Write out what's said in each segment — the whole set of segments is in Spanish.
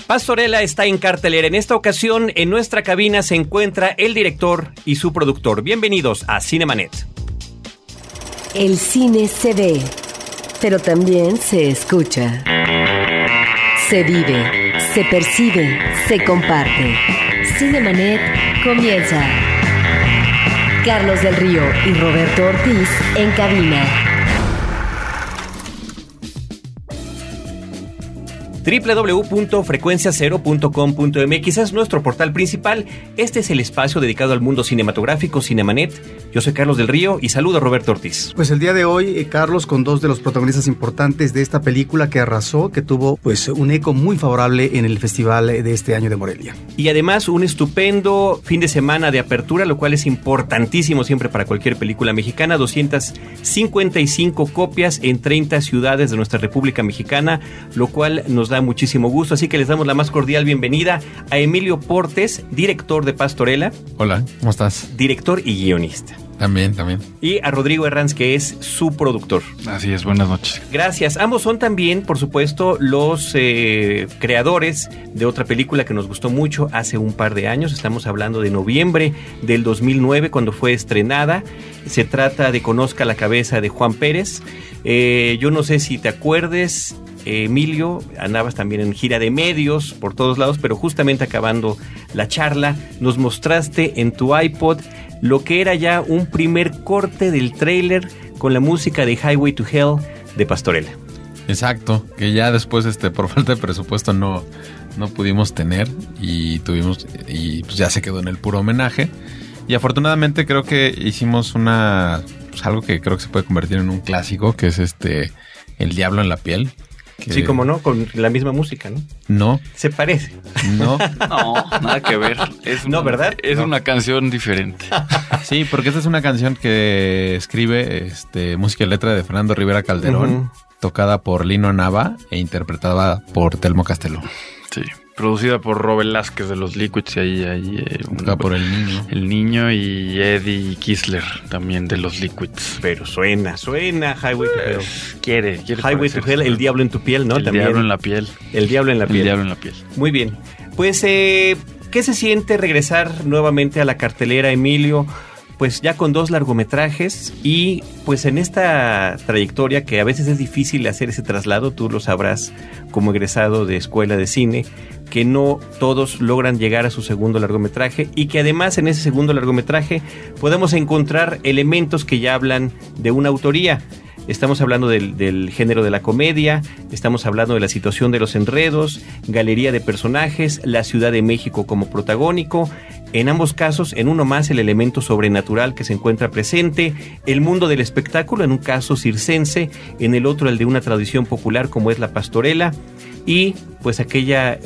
Pastorela está en cartelera. En esta ocasión, en nuestra cabina se encuentra el director y su productor. Bienvenidos a Cinemanet. El cine se ve, pero también se escucha. Se vive, se percibe, se comparte. Cinemanet comienza. Carlos del Río y Roberto Ortiz en cabina. www.frecuenciacero.com.mx es nuestro portal principal. Este es el espacio dedicado al mundo cinematográfico, Cinemanet. Yo soy Carlos del Río y saludo a Roberto Ortiz. Pues el día de hoy, Carlos, con dos de los protagonistas importantes de esta película que arrasó, que tuvo pues un eco muy favorable en el festival de este año de Morelia. Y además un estupendo fin de semana de apertura, lo cual es importantísimo siempre para cualquier película mexicana. 255 copias en 30 ciudades de nuestra República Mexicana, lo cual nos da muchísimo gusto, así que les damos la más cordial bienvenida a Emilio Portes, director de Pastorela. Hola, ¿cómo estás? Director y guionista. También. Y a Rodrigo Herranz, que es su productor. Así es, buenas noches. Gracias. Ambos son también, por supuesto, los creadores de otra película que nos gustó mucho hace un par de años. Estamos hablando de noviembre del 2009, cuando fue estrenada. Se trata de Conozca la cabeza de Juan Pérez. Yo no sé si te acuerdes, Emilio, andabas también en gira de medios por todos lados, pero justamente acabando la charla, nos mostraste en tu iPod lo que era ya un primer corte del tráiler con la música de Highway to Hell de Pastorela. Exacto, que ya después por falta de presupuesto no pudimos tener y pues ya se quedó en el puro homenaje. Y afortunadamente creo que hicimos algo que creo que se puede convertir en un clásico, que es El Diablo en la piel. Sí, como no, con la misma música, ¿no? No. ¿Se parece? No, nada que ver. ¿Verdad? Es una canción diferente. Sí, porque esta es una canción que escribe música y letra de Fernando Rivera Calderón, tocada por Lino Nava e interpretada por Telmo Castelló. Sí, producida por Rob Velázquez de los Liquids y ahí tocada por El Niño. El Niño y Eddie Kisler también de los Liquids. Pero suena Highway to Hell. Quiere Highway to Hell, El Diablo en tu piel, ¿no? El También. Diablo en la piel. El Diablo en la piel. El Diablo en la piel. Muy bien. Pues, ¿qué se siente regresar nuevamente a la cartelera, Emilio? Pues ya con 2 largometrajes y pues en esta trayectoria que a veces es difícil hacer ese traslado, tú lo sabrás como egresado de escuela de cine, que no todos logran llegar a su segundo largometraje y que además en ese segundo largometraje podemos encontrar elementos que ya hablan de una autoría. Estamos hablando del género de la comedia, estamos hablando de la situación de los enredos, galería de personajes, la Ciudad de México como protagónico. En ambos casos, en uno más el elemento sobrenatural que se encuentra presente, el mundo del espectáculo, en un caso circense, en el otro el de una tradición popular como es la pastorela, y pues aquella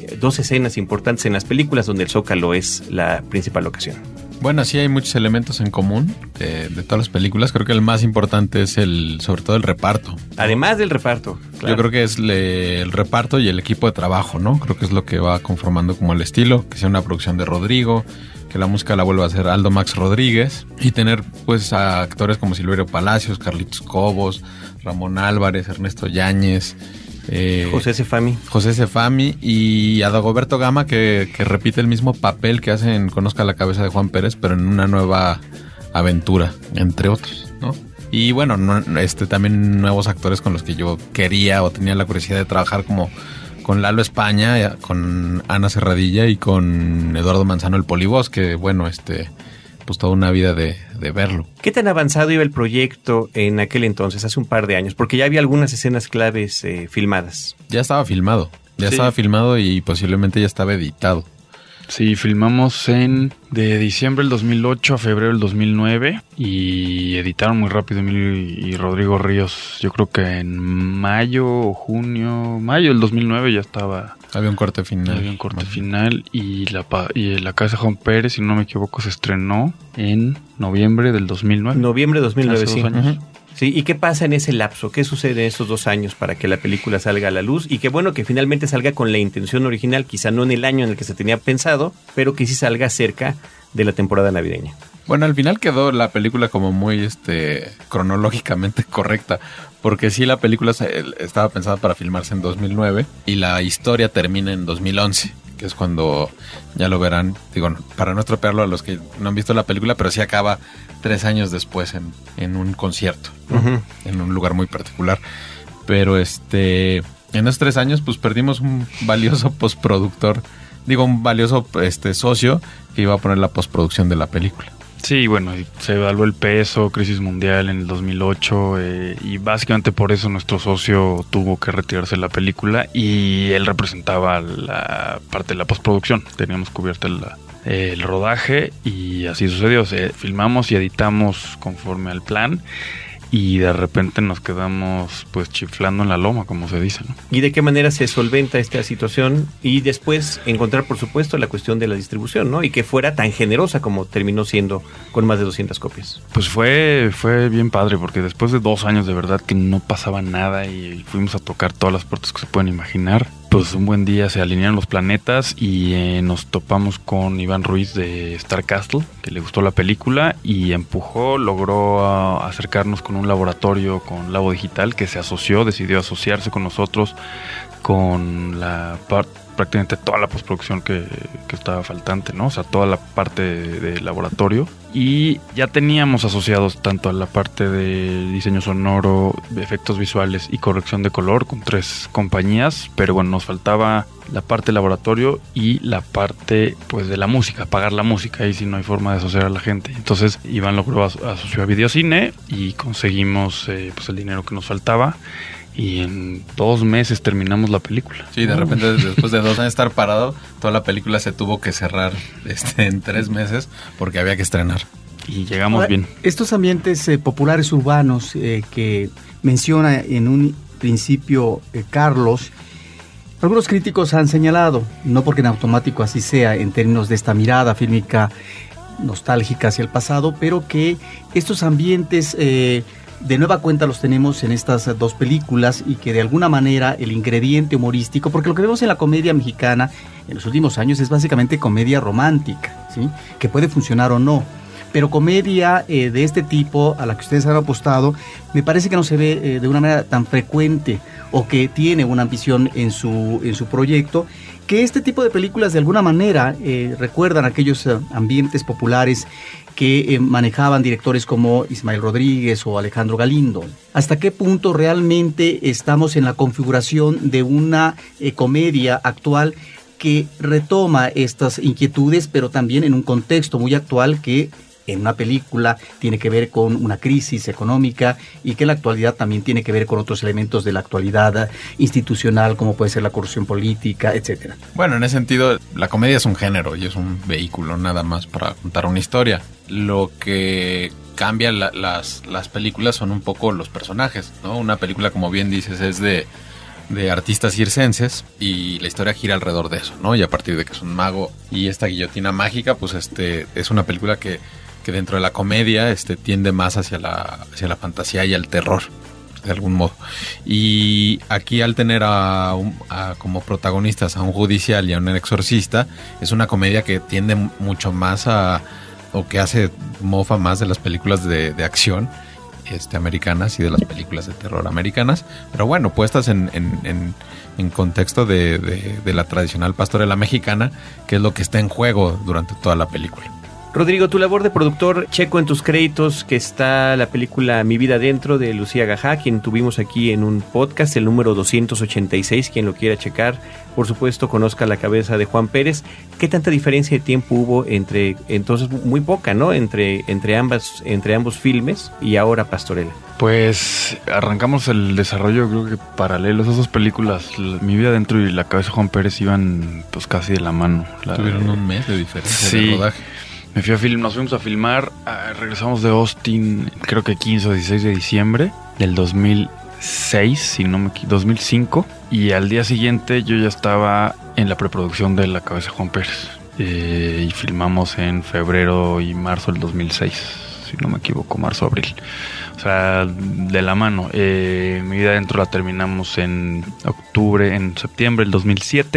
2 escenas importantes en las películas donde el Zócalo es la principal ocasión. Bueno, sí hay muchos elementos en común de todas las películas. Creo que el más importante es sobre todo el reparto. Además del reparto, claro. Yo creo que es el reparto y el equipo de trabajo, ¿no? Creo que es lo que va conformando como el estilo, que sea una producción de Rodrigo, que la música la vuelva a hacer Aldo Max Rodríguez y tener pues a actores como Silverio Palacios, Carlitos Cobos, Ramón Álvarez, Ernesto Yáñez, José Sefami y a Dagoberto Gama que repite el mismo papel que hace en Conozca la cabeza de Juan Pérez, pero en una nueva aventura, entre otros, ¿no? Y bueno, también nuevos actores con los que yo quería o tenía la curiosidad de trabajar, como con Lalo España, con Ana Serradilla y con Eduardo Manzano el Polibosque. Bueno, pues toda una vida de verlo. ¿Qué tan avanzado iba el proyecto en aquel entonces, hace un par de años? Porque ya había algunas escenas claves filmadas. Ya estaba filmado. Y posiblemente ya estaba editado. Sí, filmamos de diciembre del 2008 a febrero del 2009 y editaron muy rápido Emilio y Rodrigo Ríos. Yo creo que en mayo del 2009 ya estaba. Había un corte final. Y La Casa de Juan Pérez, si no me equivoco, se estrenó en noviembre del 2009. Noviembre de 2009, hace sí. 2 años. Sí, ¿y qué pasa en ese lapso? ¿Qué sucede en esos 2 años para que la película salga a la luz? Y que bueno, que finalmente salga con la intención original, quizá no en el año en el que se tenía pensado, pero que sí salga cerca de la temporada navideña. Bueno, al final quedó la película como muy cronológicamente correcta, porque sí, la película estaba pensada para filmarse en 2009 y la historia termina en 2011, que es cuando, ya lo verán, digo, para no estropearlo a los que no han visto la película, pero sí acaba 3 años después en un concierto, ¿no? En un lugar muy particular. Pero en esos 3 años pues perdimos un valioso postproductor, digo, un valioso socio que iba a poner la postproducción de la película. Sí, bueno, se evaluó el peso, crisis mundial en el 2008 y básicamente por eso nuestro socio tuvo que retirarse de la película y él representaba la parte de la postproducción. Teníamos cubierto el rodaje y así sucedió. Filmamos y editamos conforme al plan y de repente nos quedamos pues chiflando en la loma, como se dice, ¿no? ¿Y de qué manera se solventa esta situación? Y después encontrar, por supuesto, la cuestión de la distribución, ¿no? Y que fuera tan generosa como terminó siendo con más de 200 copias. Pues fue bien padre, porque después de 2 años de verdad que no pasaba nada y fuimos a tocar todas las puertas que se pueden imaginar, pues un buen día se alinearon los planetas y nos topamos con Iván Ruiz de Star Castle, que le gustó la película y logró acercarnos con un laboratorio con Labo Digital, que se asoció, decidió asociarse con nosotros con prácticamente toda la postproducción que estaba faltante, ¿no? O sea, toda la parte de laboratorio. Y ya teníamos asociados tanto a la parte de diseño sonoro, de efectos visuales y corrección de color con 3 compañías, pero bueno, nos faltaba la parte de laboratorio y la parte pues de la música, pagar la música, ahí sí no hay forma de asociar a la gente. Entonces Iván logró asociar a Videocine y conseguimos pues el dinero que nos faltaba. Y en 2 meses terminamos la película. Sí, de repente después de 2 años de estar parado, toda la película se tuvo que cerrar en 3 meses porque había que estrenar. Y llegamos bien. Estos ambientes populares urbanos que menciona en un principio Carlos, algunos críticos han señalado, no porque en automático así sea en términos de esta mirada fílmica nostálgica hacia el pasado, pero que estos ambientes de nueva cuenta los tenemos en estas 2 películas y que de alguna manera el ingrediente humorístico, porque lo que vemos en la comedia mexicana en los últimos años es básicamente comedia romántica, ¿sí? Que puede funcionar o no, pero comedia de este tipo a la que ustedes han apostado me parece que no se ve de una manera tan frecuente o que tiene una ambición en su proyecto, que este tipo de películas de alguna manera recuerdan aquellos ambientes populares que manejaban directores como Ismael Rodríguez o Alejandro Galindo. ¿Hasta qué punto realmente estamos en la configuración de una comedia actual que retoma estas inquietudes, pero también en un contexto muy actual que en una película tiene que ver con una crisis económica y que en la actualidad también tiene que ver con otros elementos de la actualidad institucional, como puede ser la corrupción política, etcétera? Bueno, en ese sentido, la comedia es un género y es un vehículo nada más para contar una historia. Lo que cambia las películas son un poco los personajes, ¿no? Una película, como bien dices, es de artistas circenses y la historia gira alrededor de eso, ¿no? Y a partir de que es un mago y esta guillotina mágica, pues es una película que dentro de la comedia tiende más hacia la fantasía y al terror, de algún modo. Y aquí, al tener como protagonistas a un judicial y a un exorcista, es una comedia que tiende mucho más o que hace mofa más de las películas de acción americanas y de las películas de terror americanas, pero bueno, puestas en contexto de la tradicional pastorela mexicana, que es lo que está en juego durante toda la película. Rodrigo, tu labor de productor, checo en tus créditos que está la película Mi Vida Dentro de Lucía Gajá, quien tuvimos aquí en un podcast, el número 286, quien lo quiera checar, por supuesto, conozca La Cabeza de Juan Pérez. ¿Qué tanta diferencia de tiempo hubo entonces muy poca, ¿no? Entre ambos filmes y ahora Pastorela? Pues arrancamos el desarrollo, creo que paralelos. Esas películas, Mi Vida Dentro y La Cabeza de Juan Pérez iban pues casi de la mano. Tuvieron un mes de diferencia de rodaje. Nos fuimos a filmar, regresamos de Austin, creo que 15 o 16 de diciembre del 2006, 2005, y al día siguiente yo ya estaba en la preproducción de La Cabeza de Juan Pérez, y filmamos en febrero y marzo del 2006, si no me equivoco, marzo-abril, o sea, de la mano. Mi Vida Dentro la terminamos en septiembre del 2007,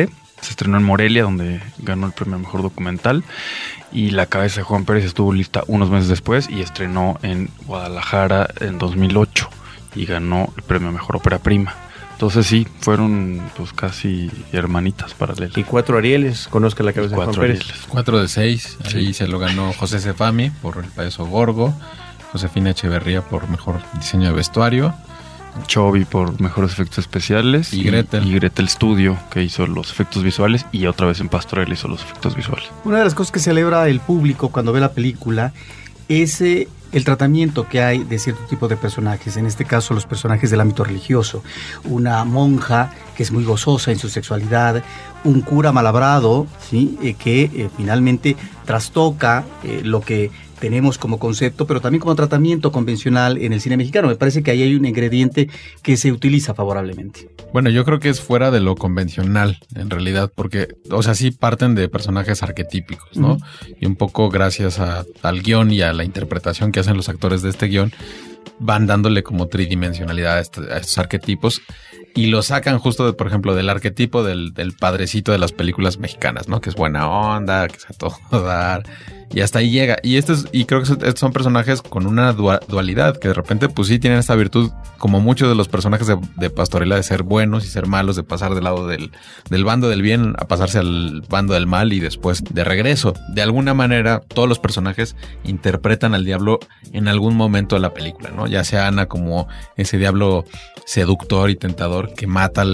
Se estrenó en Morelia, donde ganó el premio a Mejor Documental. Y La cabeza de Juan Pérez estuvo lista unos meses después y estrenó en Guadalajara en 2008 y ganó el premio a Mejor Ópera Prima. Entonces sí, fueron pues casi hermanitas paralelas. Y 4 Arieles, Conozca la cabeza de Juan Pérez. 4 de 6, Sí. ahí se lo ganó José Sefami por El payaso Gorgo, Josefina Echeverría por Mejor Diseño de Vestuario, Chovy por Mejores Efectos Especiales. Y Gretel. Y Gretel Studio, que hizo los efectos visuales. Y otra vez en Pastorela hizo los efectos visuales. Una de las cosas que celebra el público cuando ve la película es el tratamiento que hay de cierto tipo de personajes, en este caso los personajes del ámbito religioso. Una monja que es muy gozosa en su sexualidad, un cura malabrado, ¿sí? Que finalmente trastoca lo que tenemos como concepto, pero también como tratamiento convencional en el cine mexicano. Me parece que ahí hay un ingrediente que se utiliza favorablemente. Bueno, yo creo que es fuera de lo convencional, en realidad, porque, o sea, sí parten de personajes arquetípicos, ¿no? Y un poco gracias al guión y a la interpretación que hacen los actores de este guión, van dándole como tridimensionalidad a estos arquetipos y lo sacan justo, por ejemplo, del arquetipo del padrecito de las películas mexicanas, ¿no? Que es buena onda, que es a todo dar. Y hasta ahí llega. Y y creo que estos son personajes con una dualidad, que de repente pues sí tienen esta virtud, como muchos de los personajes de Pastorela, de ser buenos y ser malos, de pasar del lado del bando del bien a pasarse al bando del mal y después de regreso. De alguna manera, todos los personajes interpretan al diablo en algún momento de la película, ¿no? Ya sea Ana como ese diablo seductor y tentador que mata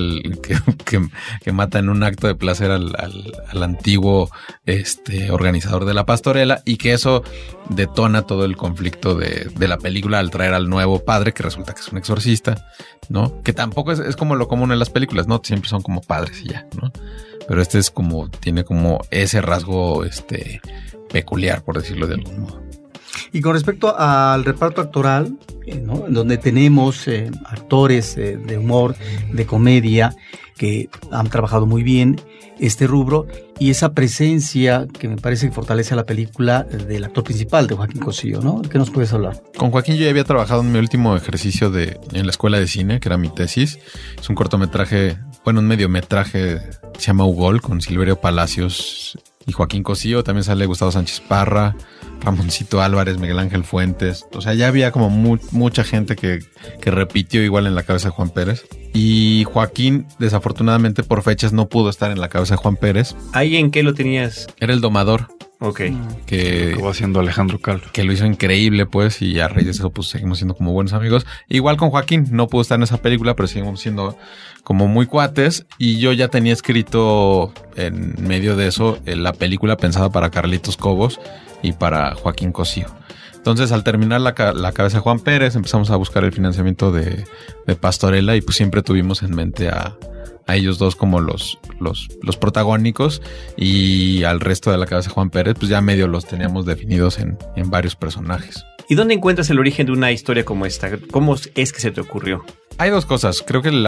que mata en un acto de placer al antiguo organizador de la Pastorela, y que eso detona todo el conflicto de la película al traer al nuevo padre, que resulta que es un exorcista, ¿no? Que tampoco es como lo común en las películas, ¿no? Siempre son como padres y ya, ¿no? Pero es como, tiene como ese rasgo peculiar, por decirlo de algún modo. Y con respecto al reparto actoral, ¿no? Donde tenemos actores de humor, de comedia, que han trabajado muy bien este rubro, y esa presencia que me parece que fortalece a la película del actor principal, de Joaquín Cosío, ¿no? ¿Qué nos puedes hablar? Con Joaquín yo ya había trabajado en mi último ejercicio en la escuela de cine, que era mi tesis. Es un cortometraje, un mediometraje, se llama Ugol, con Silverio Palacios y Joaquín Cosío. También sale Gustavo Sánchez Parra, Ramoncito Álvarez, Miguel Ángel Fuentes. O sea, ya había como mucha gente que repitió igual en La cabeza de Juan Pérez. Y Joaquín, desafortunadamente por fechas, no pudo estar en La cabeza de Juan Pérez. ¿Ahí en qué lo tenías? Era el domador. Ok. Que Acabó haciendo Alejandro Calvo. Que lo hizo increíble, pues, y a raíz de eso, pues, seguimos siendo como buenos amigos. Igual con Joaquín, no pudo estar en esa película, pero seguimos siendo como muy cuates. Y yo ya tenía escrito en medio de eso la película pensada para Carlitos Cobos y para Joaquín Cosío. Entonces, al terminar la cabeza de Juan Pérez, empezamos a buscar el financiamiento de Pastorela, y pues siempre tuvimos en mente a ellos dos como los protagónicos, y al resto de La cabeza de Juan Pérez, pues ya medio los teníamos definidos en varios personajes. ¿Y dónde encuentras el origen de una historia como esta? ¿Cómo es que se te ocurrió? Hay dos cosas. Creo que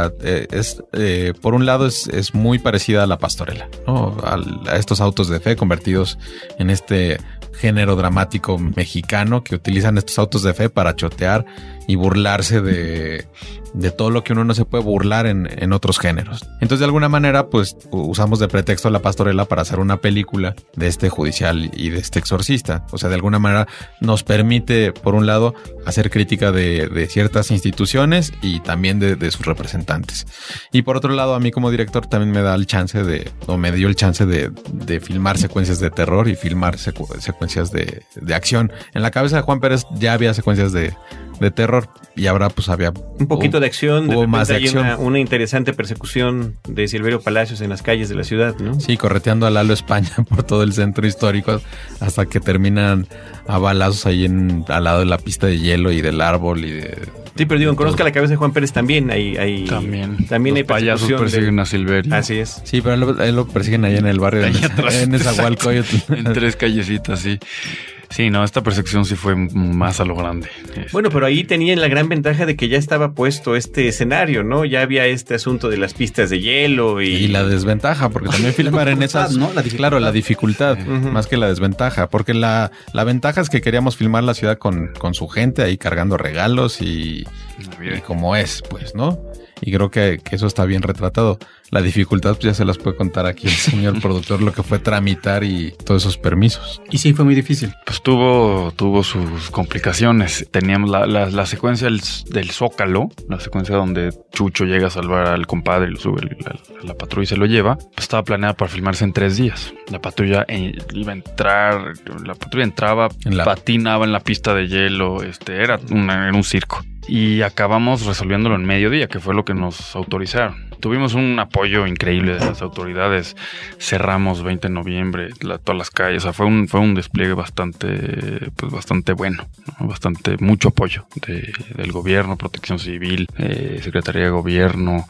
por un lado es muy parecida a La Pastorela, ¿no? A estos autos de fe convertidos en este género dramático mexicano, que utilizan estos autos de fe para chotear y burlarse de todo lo que uno no se puede burlar en otros géneros. Entonces, de alguna manera, pues usamos de pretexto La Pastorela para hacer una película de este judicial y de este exorcista. O sea, de alguna manera nos permite, por un lado, hacer crítica de ciertas instituciones y también de sus representantes. Y por otro lado, a mí como director también me dio el chance de filmar secuencias de terror y filmar secuencias de acción. En La cabeza de Juan Pérez ya había secuencias de terror, y ahora pues había un poquito de acción. Hubo más de acción. Una interesante persecución de Silverio Palacios en las calles de la ciudad, ¿no? Sí, correteando a Lalo España por todo el centro histórico hasta que terminan a balazos ahí al lado de la pista de hielo y del árbol y de... Sí, pero digo, Conozca la cabeza de Juan Pérez también También hay payasos persiguen a Silverio. Así es. Sí, pero él lo persiguen ahí en el barrio en Nezahualcóyotl. En 3 callecitas, sí. Sí, no, esta persecución sí fue más a lo grande. Bueno, pero ahí tenían la gran ventaja de que ya estaba puesto este escenario, ¿no? Ya había este asunto de las pistas de hielo y la desventaja, porque también filmar en esas... ¿no? Claro, la dificultad, más que la desventaja, porque la ventaja es que queríamos filmar la ciudad con su gente ahí cargando regalos y como es, pues, ¿no? y creo que eso está bien retratado. La dificultad pues ya se las puede contar aquí el señor productor, lo que fue tramitar y todos esos permisos. Y sí, fue muy difícil. Pues tuvo sus complicaciones. Teníamos la secuencia del Zócalo, la secuencia donde Chucho llega a salvar al compadre y lo sube a la patrulla y se lo lleva. Pues estaba planeada para filmarse en 3 días. La patrulla iba a entrar, la patrulla entraba, patinaba en la pista de hielo, era un circo. Y acabamos resolviéndolo en mediodía, que fue lo que nos autorizaron. Tuvimos un apoyo increíble de las autoridades. Cerramos 20 de noviembre todas las calles. O sea, fue un despliegue bastante bueno, ¿no? Mucho apoyo del gobierno, Protección Civil, Secretaría de Gobierno,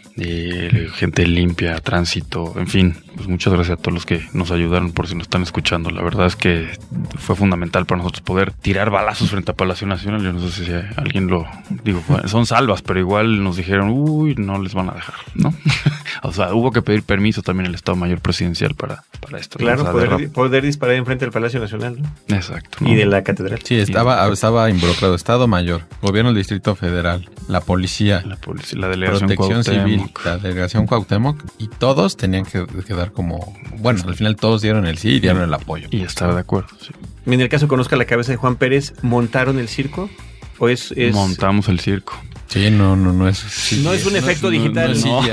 gente limpia, tránsito, en fin. Pues muchas gracias a todos los que nos ayudaron, por si nos están escuchando. La verdad es que fue fundamental para nosotros poder tirar balazos frente a Palacio Nacional. Yo no sé si alguien son salvas, pero igual nos dijeron, no les van a dejar, ¿no? O sea, hubo que pedir permiso también al Estado Mayor Presidencial para esto. Claro, ¿no? O sea, poder disparar enfrente del Palacio Nacional, ¿no? Exacto, ¿no? Y de la catedral. Sí, estaba involucrado Estado Mayor, Gobierno del Distrito Federal, la policía, la delegación Protección Cuauhtémoc. Civil, la delegación Cuauhtémoc, y todos tenían que dar como... Bueno, al final todos dieron el sí y dieron el apoyo. Y estaba de acuerdo, sí. En el caso Conozca la Cabeza de Juan Pérez, ¿montaron el circo? ¿O es Montamos el circo. Sí, no es... Sí, no es un efecto digital.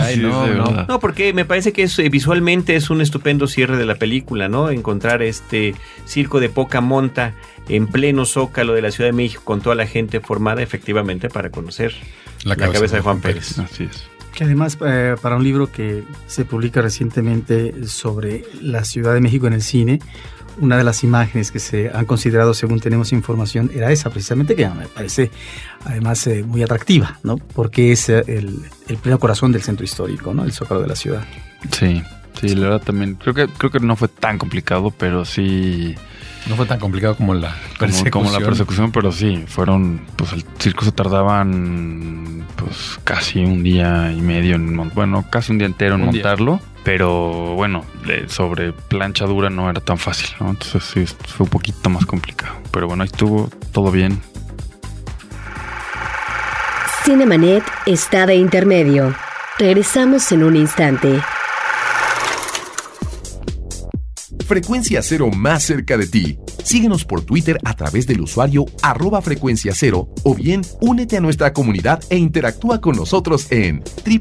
No, porque me parece que visualmente es un estupendo cierre de la película, ¿no? Encontrar este circo de poca monta en pleno Zócalo de la Ciudad de México con toda la gente formada efectivamente para conocer la cabeza de Juan Pérez. Así es. Que además, para un libro que se publica recientemente sobre la Ciudad de México en el cine, una de las imágenes que se han considerado, según tenemos información, era esa precisamente, que me parece además muy atractiva, ¿no? Porque es el pleno corazón del centro histórico, ¿no? El Zócalo de la ciudad. Sí, la verdad también. Creo que no fue tan complicado, pero sí... No fue tan complicado como la persecución. Como la persecución, pero sí, pues el circo se tardaban pues casi un día y medio, casi un día entero en montarlo. Pero bueno, sobre plancha dura no era tan fácil, ¿no? Entonces sí, fue un poquito más complicado. Pero bueno, ahí estuvo todo bien. Cinemanet está de intermedio. Regresamos en un instante. Frecuencia Cero más cerca de ti. Síguenos por Twitter a través del usuario @frecuenciacero o bien únete a nuestra comunidad e interactúa con nosotros en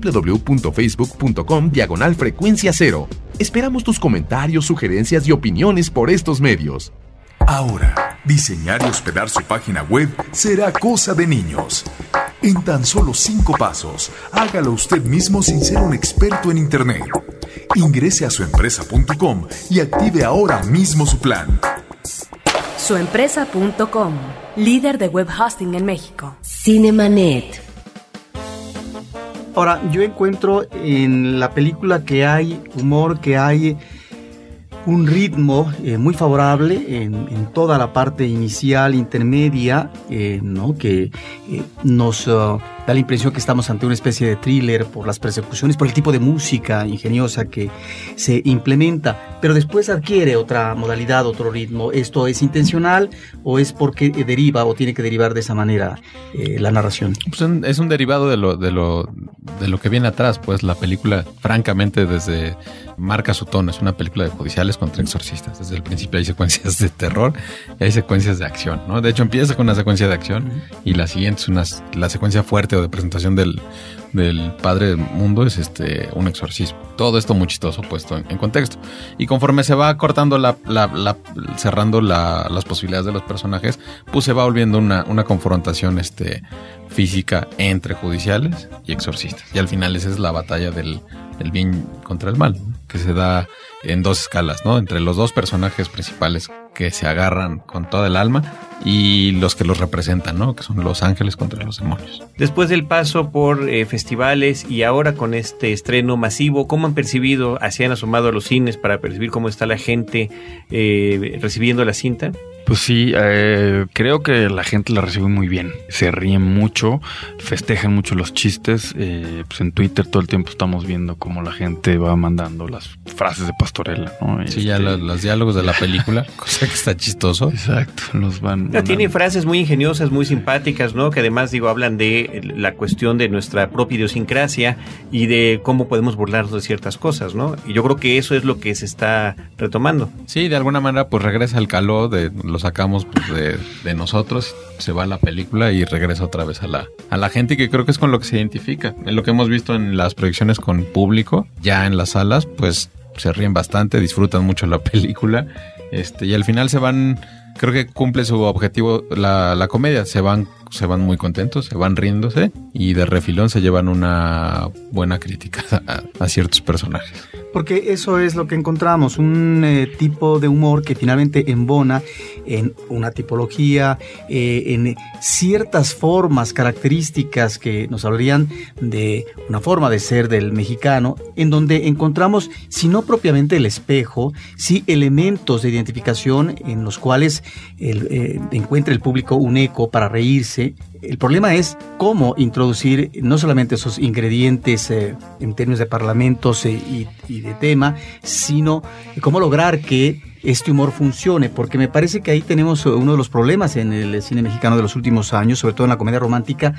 www.facebook.com/Frecuencia Cero. Esperamos tus comentarios, sugerencias y opiniones por estos medios. Ahora, diseñar y hospedar su página web será cosa de niños. En tan solo 5 pasos, hágalo usted mismo sin ser un experto en Internet. Ingrese a suempresa.com y active ahora mismo su plan. Suempresa.com, líder de web hosting en México. Cinemanet. Ahora, yo encuentro en la película que hay humor, que hay un ritmo muy favorable en toda la parte inicial, intermedia, ¿no? Que nos da la impresión que estamos ante una especie de thriller por las persecuciones, por el tipo de música ingeniosa que se implementa, pero después adquiere otra modalidad, otro ritmo. ¿Esto es intencional o es porque deriva o tiene que derivar de esa manera la narración? Pues es un derivado de lo que viene atrás, pues la película francamente marca su tono, es una película de judiciales contra exorcistas. Desde el principio hay secuencias de terror y hay secuencias de acción, ¿no? De hecho empieza con una secuencia de acción y la siguiente es la secuencia fuerte o de presentación del Padre del Mundo es un exorcismo. Todo esto muy chistoso puesto en contexto. Y conforme se va cortando cerrando las posibilidades de los personajes, pues se va volviendo una confrontación física entre judiciales y exorcistas. Y al final esa es la batalla del bien contra el mal, ¿no? Que se da en 2 escalas, ¿no? Entre los 2 personajes principales que se agarran con toda el alma y los que los representan, ¿no? Que son los ángeles contra los demonios. Después del paso por festivales y ahora con este estreno masivo, ¿cómo han percibido, se han asomado a los cines para percibir cómo está la gente recibiendo la cinta? Pues sí, creo que la gente la recibe muy bien. Se ríen mucho, festejan mucho los chistes. Pues en Twitter todo el tiempo estamos viendo cómo la gente va mandando las frases de Pastorela, ¿no? Sí, ya los diálogos de la película, cosa que está chistoso. Exacto, los van. Tiene frases muy ingeniosas, muy simpáticas, ¿no? Que además, hablan de la cuestión de nuestra propia idiosincrasia y de cómo podemos burlarnos de ciertas cosas, ¿no? Y yo creo que eso es lo que se está retomando. Sí, de alguna manera pues regresa al calor, lo sacamos pues, de nosotros, se va a la película y regresa otra vez a la gente, que creo que es con lo que se identifica. En lo que hemos visto en las proyecciones con público, ya en las salas, pues se ríen bastante, disfrutan mucho la película, y al final se van, creo que cumple su objetivo la comedia, se van muy contentos, se van riéndose y de refilón se llevan una buena crítica a ciertos personajes. Porque eso es lo que encontramos, un tipo de humor que finalmente embona en una tipología, en ciertas formas, características que nos hablarían de una forma de ser del mexicano, en donde encontramos, si no propiamente el espejo, sí elementos de identificación en los cuales encuentra el público un eco para reírse. El problema es cómo introducir no solamente esos ingredientes en términos de parlamentos y de tema, sino cómo lograr que este humor funcione, porque me parece que ahí tenemos uno de los problemas en el cine mexicano de los últimos años, sobre todo en la comedia romántica,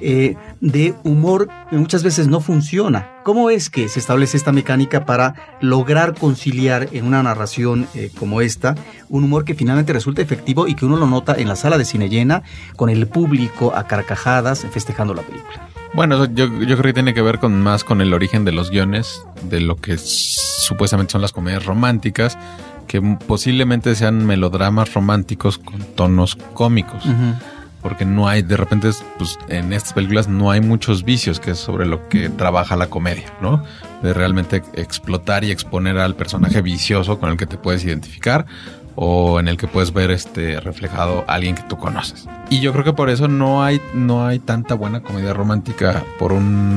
de humor que muchas veces no funciona. ¿Cómo es que se establece esta mecánica para lograr conciliar en una narración como esta, un humor que finalmente resulta efectivo y que uno lo nota en la sala de cine llena, con el público a carcajadas festejando la película? Bueno, yo creo que tiene que ver más con el origen de los guiones, de lo que supuestamente son las comedias románticas, que posiblemente sean melodramas románticos con tonos cómicos. Uh-huh. Porque no hay, de repente, pues en estas películas no hay muchos vicios, que es sobre lo que trabaja la comedia, ¿no? De realmente explotar y exponer al personaje vicioso con el que te puedes identificar, o en el que puedes ver reflejado a alguien que tú conoces. Y yo creo que por eso no hay tanta buena comedia romántica, por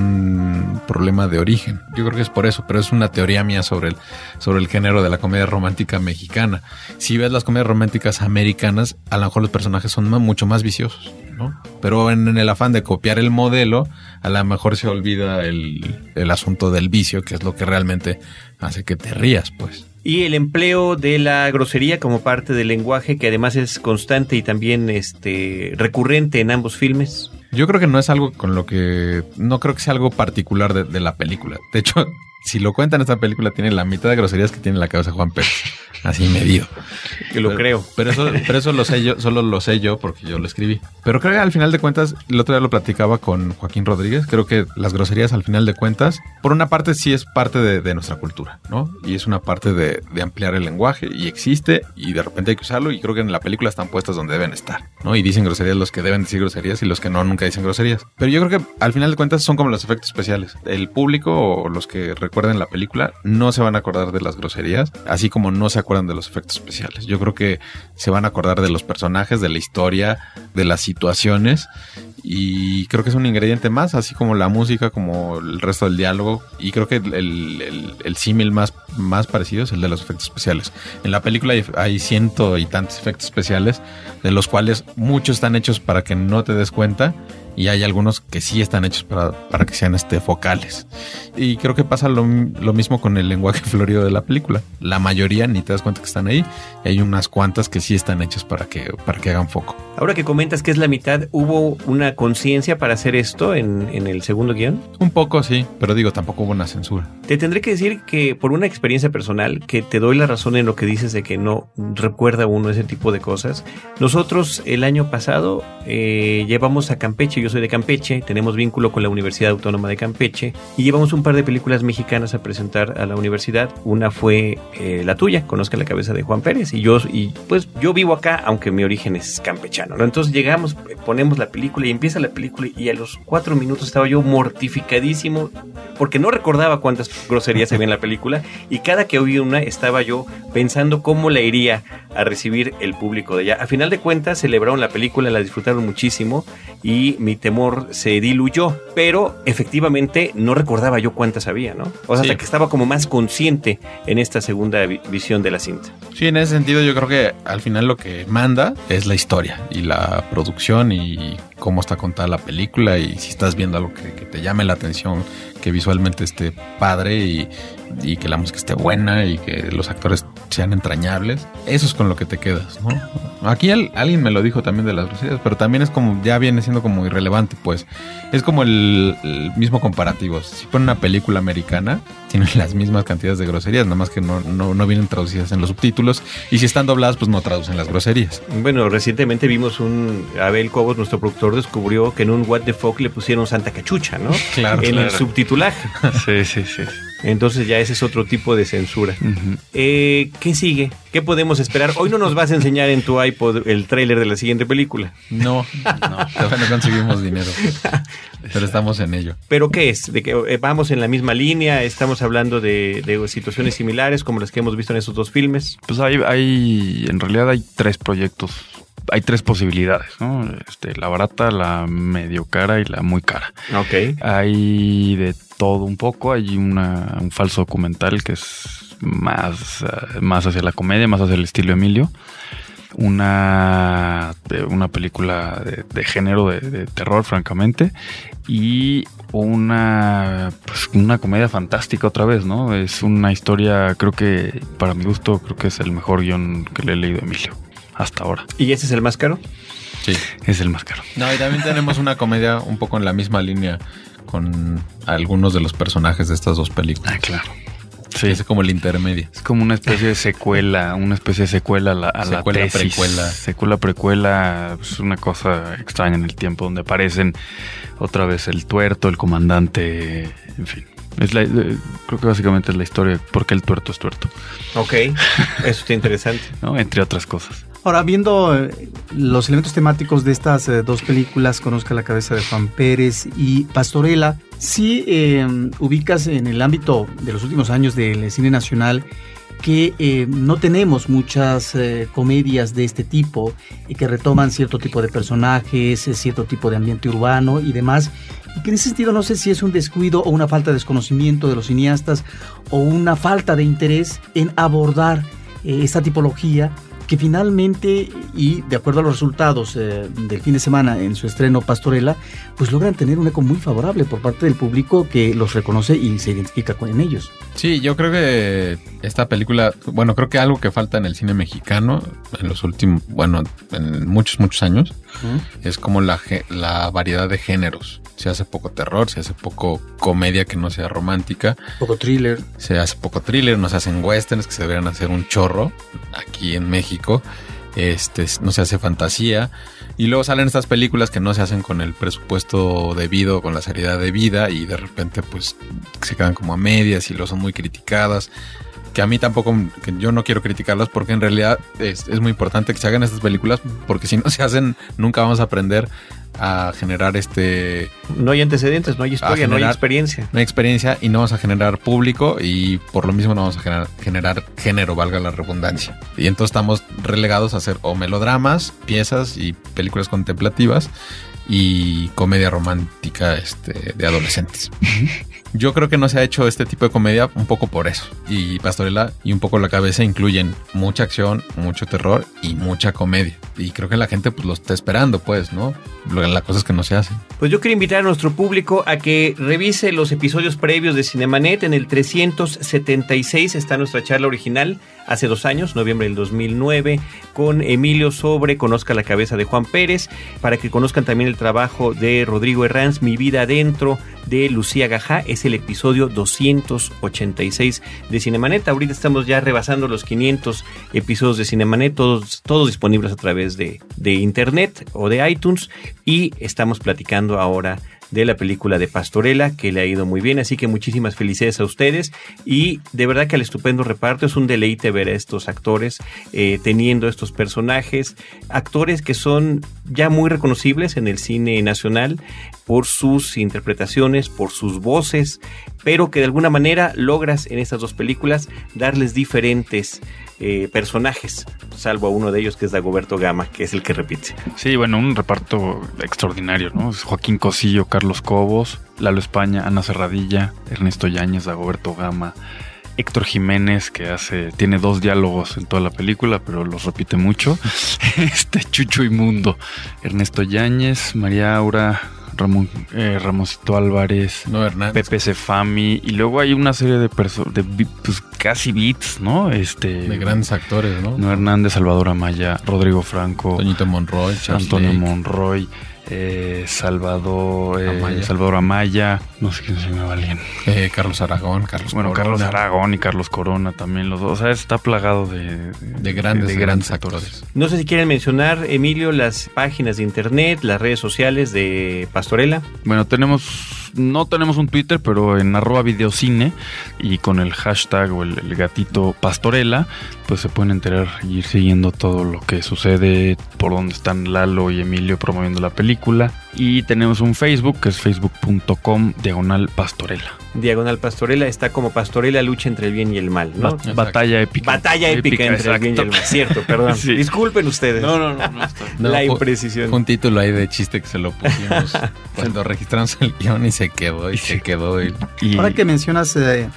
un problema de origen. Yo creo que es por eso, pero es una teoría mía sobre el género de la comedia romántica mexicana. Si ves las comedias románticas americanas, a lo mejor los personajes son mucho más viciosos, ¿no? Pero en el afán de copiar el modelo, a lo mejor se olvida el asunto del vicio, que es lo que realmente hace que te rías, pues. Y el empleo de la grosería como parte del lenguaje, que además es constante y también recurrente en ambos filmes. Yo creo que no es algo con lo que... No creo que sea algo particular de la película. De hecho, si lo cuentan, esta película tiene la mitad de groserías que tiene en la cabeza de Juan Pérez. Así medido. Que lo creo. Pero eso lo sé yo, solo lo sé yo porque yo lo escribí. Pero creo que al final de cuentas, el otro día lo platicaba con Joaquín Rodríguez, creo que las groserías al final de cuentas, por una parte sí es parte de nuestra cultura, ¿no? Y es una parte de ampliar el lenguaje, y existe, y de repente hay que usarlo, y creo que en la película están puestas donde deben estar, ¿no? Y dicen groserías los que deben decir groserías y los que no, nunca dicen groserías. Pero yo creo que al final de cuentas son como los efectos especiales. El público o los que recuerden la película no se van a acordar de las groserías, así como no se acuerdan de los efectos especiales. Yo creo que se van a acordar de los personajes, de la historia, de las situaciones, y creo que es un ingrediente más, así como la música, como el resto del diálogo, y creo que el símil más parecido es el de los efectos especiales. En la película hay 100 y tantos efectos especiales, de los cuales muchos están hechos para que no te des cuenta, y hay algunos que sí están hechos para que sean focales. Y creo que pasa lo mismo con el lenguaje florido de la película. La mayoría ni te das cuenta que están ahí, y hay unas cuantas que sí están hechas para que hagan foco. Ahora que comentas que es la mitad, ¿hubo una conciencia para hacer esto en el segundo guión? Un poco, sí, pero tampoco hubo una censura. Te tendré que decir que por una experiencia personal, que te doy la razón en lo que dices de que no recuerda uno ese tipo de cosas. Nosotros el año pasado llevamos a Campeche, yo soy de Campeche, tenemos vínculo con la Universidad Autónoma de Campeche, y llevamos un par de películas mexicanas a presentar a la universidad. Una fue la tuya, Conozca la cabeza de Juan Pérez, y pues yo vivo acá, aunque mi origen es campechano, ¿no? Entonces llegamos, ponemos la película y empieza la película, y a los 4 minutos estaba yo mortificadísimo porque no recordaba cuántas groserías había en la película, y cada que oí una estaba yo pensando cómo la iría a recibir el público de allá. A final de cuentas celebraron la película, la disfrutaron muchísimo y mi temor se diluyó, pero efectivamente no recordaba yo cuántas había, ¿no? O sea, hasta que estaba como más consciente en esta segunda visión de la cinta. Sí, en ese sentido yo creo que al final lo que manda es la historia y la producción y cómo está contada la película, y si estás viendo algo que te llame la atención, que visualmente esté padre y que la música esté buena y que los actores sean entrañables, eso es con lo que te quedas, ¿no? Aquí alguien me lo dijo también de las groserías, pero también es como, ya viene siendo como irrelevante, pues. Es como el mismo comparativo. Si ponen una película americana, tienen las mismas cantidades de groserías, nada más que no vienen traducidas en los subtítulos, y si están dobladas, pues no traducen las groserías. Bueno, recientemente vimos Abel Cobos, nuestro productor, descubrió que en un What the Fuck le pusieron Santa Cachucha, ¿no? Claro. El subtitulaje. Sí. Entonces ya ese es otro tipo de censura. Uh-huh. ¿Qué sigue? ¿Qué podemos esperar? Hoy no nos vas a enseñar en tu iPod el tráiler de la siguiente película. No, todavía no conseguimos dinero, pero estamos en ello. ¿Pero qué es? ¿De que vamos en la misma línea? ¿Estamos hablando de situaciones similares como las que hemos visto en esos dos filmes? Pues en realidad hay 3 proyectos. Hay 3 posibilidades, ¿no? La barata, la medio cara y la muy cara. Ok. Hay de todo un poco. Hay un falso documental que es más hacia la comedia, más hacia el estilo Emilio. Una película de género de terror, francamente. Y una comedia fantástica otra vez, ¿no? Es una historia, creo que, para mi gusto, creo que es el mejor guión que le he leído a Emilio hasta ahora. ¿Y ese es el más caro? Sí. Es el más caro. No, y también tenemos una comedia un poco en la misma línea con algunos de los personajes de estas dos películas. Ah, claro. Sí. Es como el intermedio. Es como una especie de secuela, a la tesis. Precuela. Secuela, precuela. Es una cosa extraña en el tiempo, donde aparecen otra vez el tuerto, el comandante, en fin. Creo que básicamente es la historia de por qué el tuerto es tuerto. Ok, eso está interesante. ¿No? Entre otras cosas. Ahora, viendo los elementos temáticos de estas dos películas, Conozca la cabeza de Juan Pérez y Pastorela, sí ubicas en el ámbito de los últimos años del cine nacional que no tenemos muchas comedias de este tipo que retoman cierto tipo de personajes, cierto tipo de ambiente urbano y demás, y que en ese sentido no sé si es un descuido o una falta de desconocimiento de los cineastas o una falta de interés en abordar esta tipología que finalmente, y de acuerdo a los resultados del fin de semana en su estreno Pastorela, pues logran tener un eco muy favorable por parte del público que los reconoce y se identifica con ellos. Sí, yo creo que esta película, bueno, creo que algo que falta en el cine mexicano en los últimos, bueno, en muchos años, es como la variedad de géneros. Se hace poco terror, se hace poco comedia que no sea romántica. Poco thriller. Se hace poco thriller, no se hacen westerns que se deberían hacer un chorro aquí en México. No se hace fantasía. Y luego salen estas películas que no se hacen con el presupuesto debido, con la seriedad debida, y de repente pues se quedan como a medias y luego son muy criticadas. Que a mí tampoco, que yo no quiero criticarlas, porque en realidad es muy importante que se hagan estas películas, porque si no se hacen nunca vamos a aprender a generar no hay antecedentes, no hay historia, no hay experiencia. No hay experiencia y no vamos a generar público, y por lo mismo no vamos a generar género, valga la redundancia. Y entonces estamos relegados a hacer o melodramas, piezas y películas contemplativas y comedia romántica de adolescentes. Yo creo que no se ha hecho este tipo de comedia un poco por eso. Y Pastorela y Un poco la cabeza incluyen mucha acción, mucho terror y mucha comedia. Y creo que la gente pues lo está esperando, pues, ¿no? La cosa es que no se hace. Pues yo quiero invitar a nuestro público a que revise los episodios previos de Cinemanet. En el 376 está nuestra charla original hace 2 años, noviembre del 2009, con Emilio sobre Conozca la cabeza de Juan Pérez, para que conozcan también el trabajo de Rodrigo Herranz, Mi vida adentro, de Lucía Gajá. Es el episodio 286 de Cinemanet. Ahorita estamos ya rebasando los 500 episodios de Cinemanet, todos disponibles a través de internet o de iTunes, y estamos platicando ahora de la película de Pastorela, que le ha ido muy bien, así que muchísimas felicidades a ustedes, y de verdad que al estupendo reparto. Es un deleite ver a estos actores teniendo estos personajes, actores que son ya muy reconocibles en el cine nacional por sus interpretaciones, por sus voces, pero que de alguna manera logras en estas dos películas darles diferentes personajes, salvo a uno de ellos que es Dagoberto Gama, que es el que repite. Sí, bueno, un reparto extraordinario, ¿no? Joaquín Cosío, Carlos Cobos, Lalo España, Ana Serradilla, Ernesto Yáñez, Dagoberto Gama, Héctor Jiménez, que tiene 2 diálogos en toda la película, pero los repite mucho. Chucho Inmundo, Ernesto Yáñez, María Aura, Ramoncito Álvarez, No Hernández, Pepe Sefami, y luego hay una serie de pues, casi beats, ¿no? de grandes actores, ¿no? No Hernández, Salvador Amaya, Rodrigo Franco, Toñito Monroy, Antonio Monroy, Salvador Amaya, no sé quién se me va alguien. Carlos Aragón, Carlos Aragón y Carlos Corona también, los dos. O sea, está plagado de grandes actores. No sé si quieren mencionar, Emilio, las páginas de internet, las redes sociales de Pastorela. Bueno, no tenemos un Twitter, pero en @videocine y con el hashtag o el gatito Pastorela, pues se pueden enterar y ir siguiendo todo lo que sucede, por donde están Lalo y Emilio promoviendo la película. Y tenemos un Facebook, que es facebook.com/Pastorela. Diagonal Pastorela, está como Pastorela lucha entre el bien y el mal, ¿no? Batalla épica. Batalla épica entre el bien y el mal, cierto, perdón. Sí. Disculpen ustedes. No, está. La imprecisión. Fue un título ahí de chiste que se lo pusimos cuando registramos el guión y se quedó. Ahora que mencionas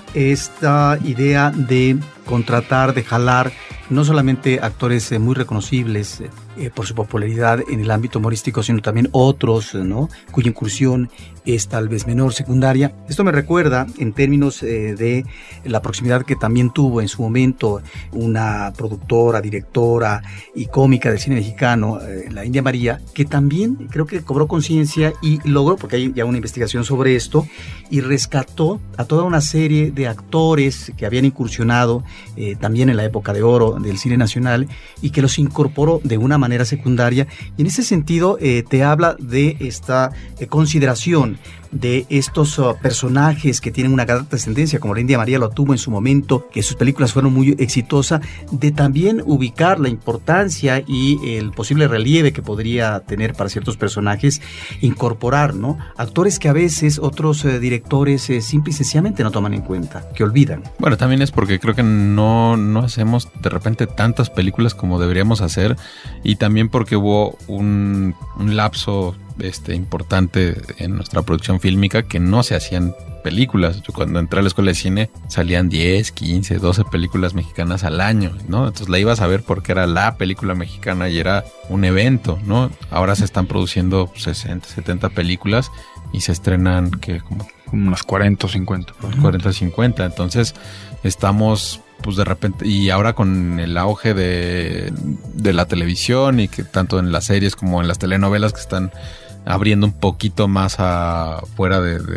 esta idea de contratar, de jalar, no solamente actores muy reconocibles por su popularidad en el ámbito humorístico, sino también otros, ¿no?, cuya incursión es tal vez menor, secundaria. Esto me recuerda, en términos de la proximidad que también tuvo en su momento una productora, directora y cómica del cine mexicano, la India María, que también creo que cobró conciencia y logró, porque hay ya una investigación sobre esto, y rescató a toda una serie de actores que habían incursionado también en la época de oro del cine nacional y que los incorporó de una manera secundaria. Y en ese sentido te habla de esta consideración de estos personajes que tienen una gran trascendencia, como la India María lo tuvo en su momento, que sus películas fueron muy exitosas, de también ubicar la importancia y el posible relieve que podría tener para ciertos personajes, incorporar, ¿no?, actores que a veces otros directores simple y sencillamente no toman en cuenta, que olvidan. Bueno, también es porque creo que no hacemos de repente tantas películas como deberíamos hacer, y también porque hubo un lapso importante en nuestra producción fílmica que no se hacían películas. Yo cuando entré a la escuela de cine salían 10, 15, 12 películas mexicanas al año, ¿no? Entonces la ibas a ver porque era la película mexicana y era un evento, ¿no? Ahora se están produciendo 60, 70 películas y se estrenan como unas 40 o 50. 40 o 50. Entonces estamos pues de repente, y ahora con el auge de la televisión y que tanto en las series como en las telenovelas que están abriendo un poquito más afuera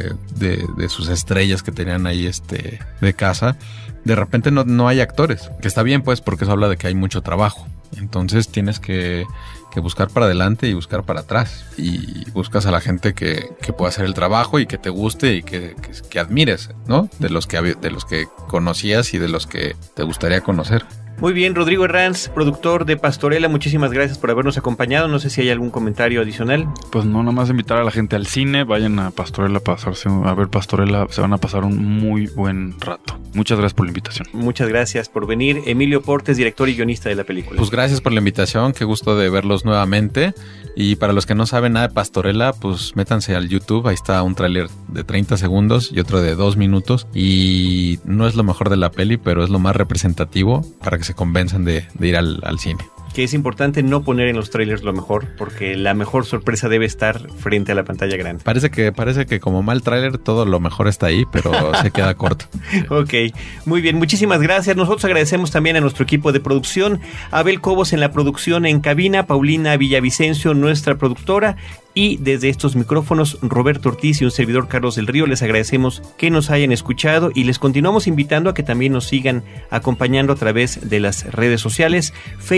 de sus estrellas que tenían ahí de casa, de repente no hay actores, que está bien pues porque eso habla de que hay mucho trabajo. Entonces tienes que buscar para adelante y buscar para atrás, y buscas a la gente que pueda hacer el trabajo y que te guste y que admires, ¿no? De los que conocías y de los que te gustaría conocer. Muy bien, Rodrigo Herranz, productor de Pastorela, muchísimas gracias por habernos acompañado. No sé si hay algún comentario adicional. Pues no, nada más invitar a la gente al cine, vayan a Pastorela a ver Pastorela, se van a pasar un muy buen rato. Muchas gracias por la invitación. Muchas gracias por venir. Emilio Portes, director y guionista de la película. Pues gracias por la invitación, qué gusto de verlos nuevamente. Y para los que no saben nada de Pastorela, pues métanse al YouTube, ahí está un tráiler de 30 segundos y otro de 2 minutos. Y no es lo mejor de la peli, pero es lo más representativo para que se convenzan de ir al cine. Que es importante no poner en los trailers lo mejor, porque la mejor sorpresa debe estar frente a la pantalla grande. Parece que como mal tráiler todo lo mejor está ahí, pero se queda corto. Ok, muy bien, muchísimas gracias. Nosotros agradecemos también a nuestro equipo de producción, Abel Cobos en la producción en cabina, Paulina Villavicencio, nuestra productora, y desde estos micrófonos, Roberto Ortiz y un servidor, Carlos del Río, les agradecemos que nos hayan escuchado y les continuamos invitando a que también nos sigan acompañando a través de las redes sociales,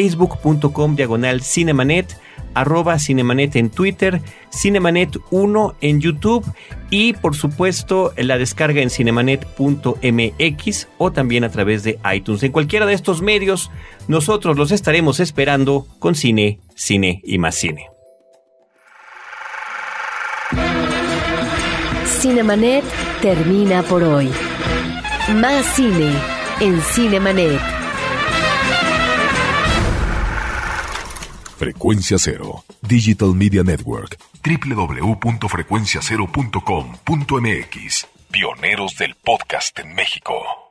facebook.com/Cinemanet, @Cinemanet en Twitter, Cinemanet1 en YouTube y por supuesto la descarga en cinemanet.mx o también a través de iTunes. En cualquiera de estos medios, nosotros los estaremos esperando con cine, cine y más cine. Cinemanet termina por hoy. Más cine en Cinemanet. Frecuencia Cero, Digital Media Network, www.frecuenciacero.com.mx. Pioneros del podcast en México.